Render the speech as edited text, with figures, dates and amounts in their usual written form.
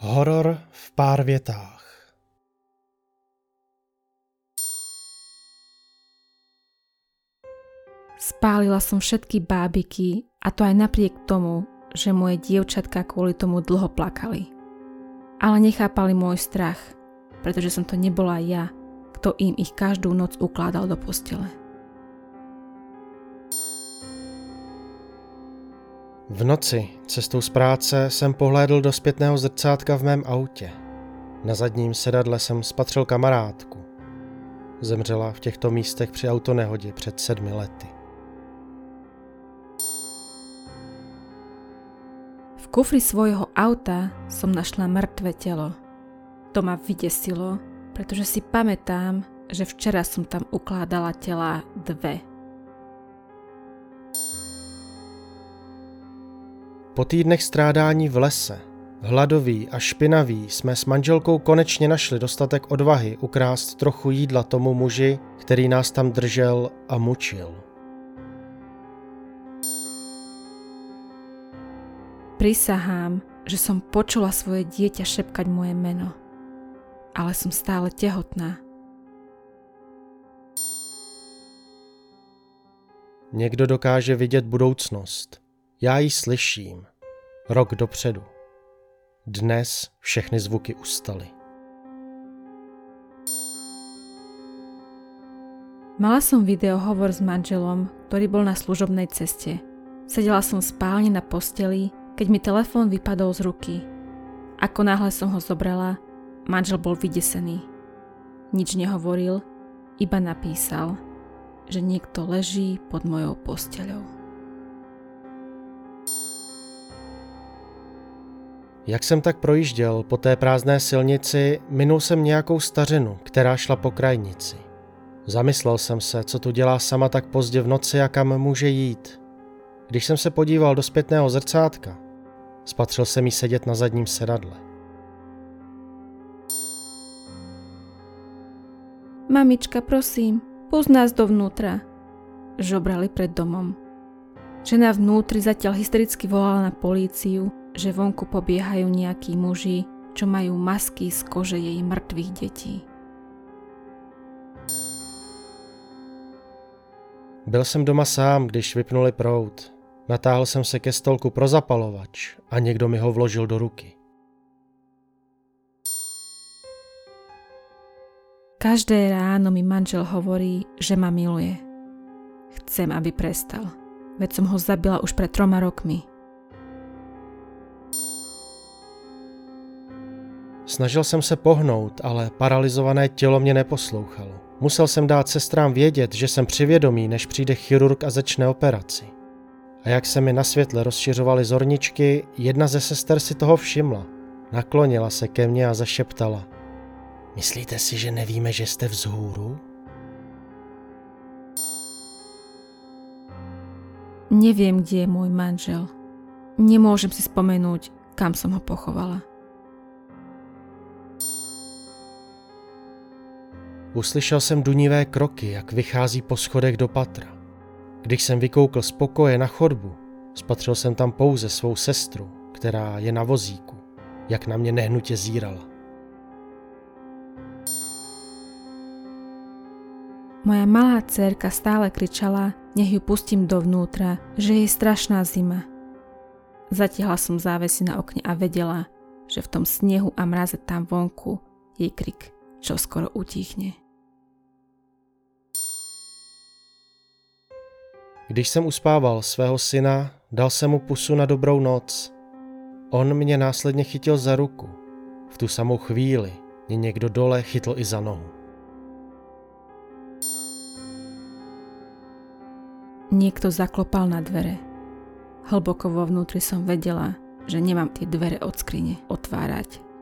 Horor v pár větách. Spálila som všetky bábiky, a to aj napriek tomu, že moje dievčatka kvôli tomu dlho plakali. Ale nechápali môj strach, pretože som to nebola ja, kto im ich každú noc ukládal do postele. V noci, cestou z práce, jsem pohlédl do zpětného zrcátka v mém autě. Na zadním sedadle jsem spatřil kamarádku. Zemřela v těchto místech při autonehodě před 7 lety. V kufri svojho auta som našla mŕtve telo. To ma vydesilo, pretože si pamätám, že včera som tam ukládala tela 2. Po týdnech strádání v lese, hladoví a špinaví, jsme s manželkou konečně našli dostatek odvahy ukrást trochu jídla tomu muži, který nás tam držel a mučil. Prisahám, že som počula svoje dieťa šepkať moje meno. Ale som stále tehotná. Někdo dokáže vidět budoucnost. Já ji slyším. Rok dopředu. Dnes všechny zvuky ustaly. Mala som videohovor s manželom, ktorý bol na služobnej ceste. Sedela som v spálni na posteli, keď mi telefón vypadol z ruky. Ako náhle som ho zobrala, manžel bol vydesený. Nič nehovoril, iba napísal, že niekto leží pod mojou posteľou. Jak jsem tak projížděl po té prázdné silnici, minul jsem nějakou stařinu, která šla po krajnici. Zamyslel jsem se, co tu dělá sama tak pozdě v noci a kam může jít. Když jsem se podíval do zpětného zrcátka, spatřil jsem jí sedět na zadním sedadle. Mamička, prosím, pust nás dovnútra, žobrali pred domom. Žena vnútri zatiaľ hystericky volala na políciu, že vonku pobiehajú nejakí muži, čo majú masky z kože jej mŕtvych detí. Byl jsem doma sám, když vypnuli proud. Natáhl jsem se ke stolku pro zapalovač a někdo mi ho vložil do ruky. Každé ráno mi manžel hovorí, že ma miluje. Chcem, aby prestal, veď som ho zabila už pred 3 rokmi. Snažil jsem se pohnout, ale paralyzované tělo mě neposlouchalo. Musel jsem dát sestrám vědět, že jsem při vědomí, než přijde chirurg a začne operaci. A jak se mi na světle rozšiřovaly zorničky, jedna ze sester si toho všimla. Naklonila se ke mně a zašeptala. Myslíte si, že nevíme, že jste vzhůru? Neviem, kde je môj manžel. Nemôžem si spomenúť, kam som ho pochovala. Uslyšel jsem dunivé kroky, jak vychází po schodech do patra. Když jsem vykoukl z pokoje na chodbu, spatřil jsem tam pouze svou sestru, která je na vozíku, jak na mě nehnutě zírala. Moja malá dcérka stále kričala, nech ju pustím dovnútra, že je strašná zima. Zatiahla som závesy na okne a vedela, že v tom snehu a mraze tam vonku jej krik čoskoro utíchne. Když jsem uspával svého syna, dal jsem mu pusu na dobrou noc. On mě následně chytil za ruku. V tu samou chvíli mě někdo dole chytl i za nohu. Niekto zaklopal na dvere. Hlboko vo vnútri som vedela, že nemám tie dvere od skrine otvárať.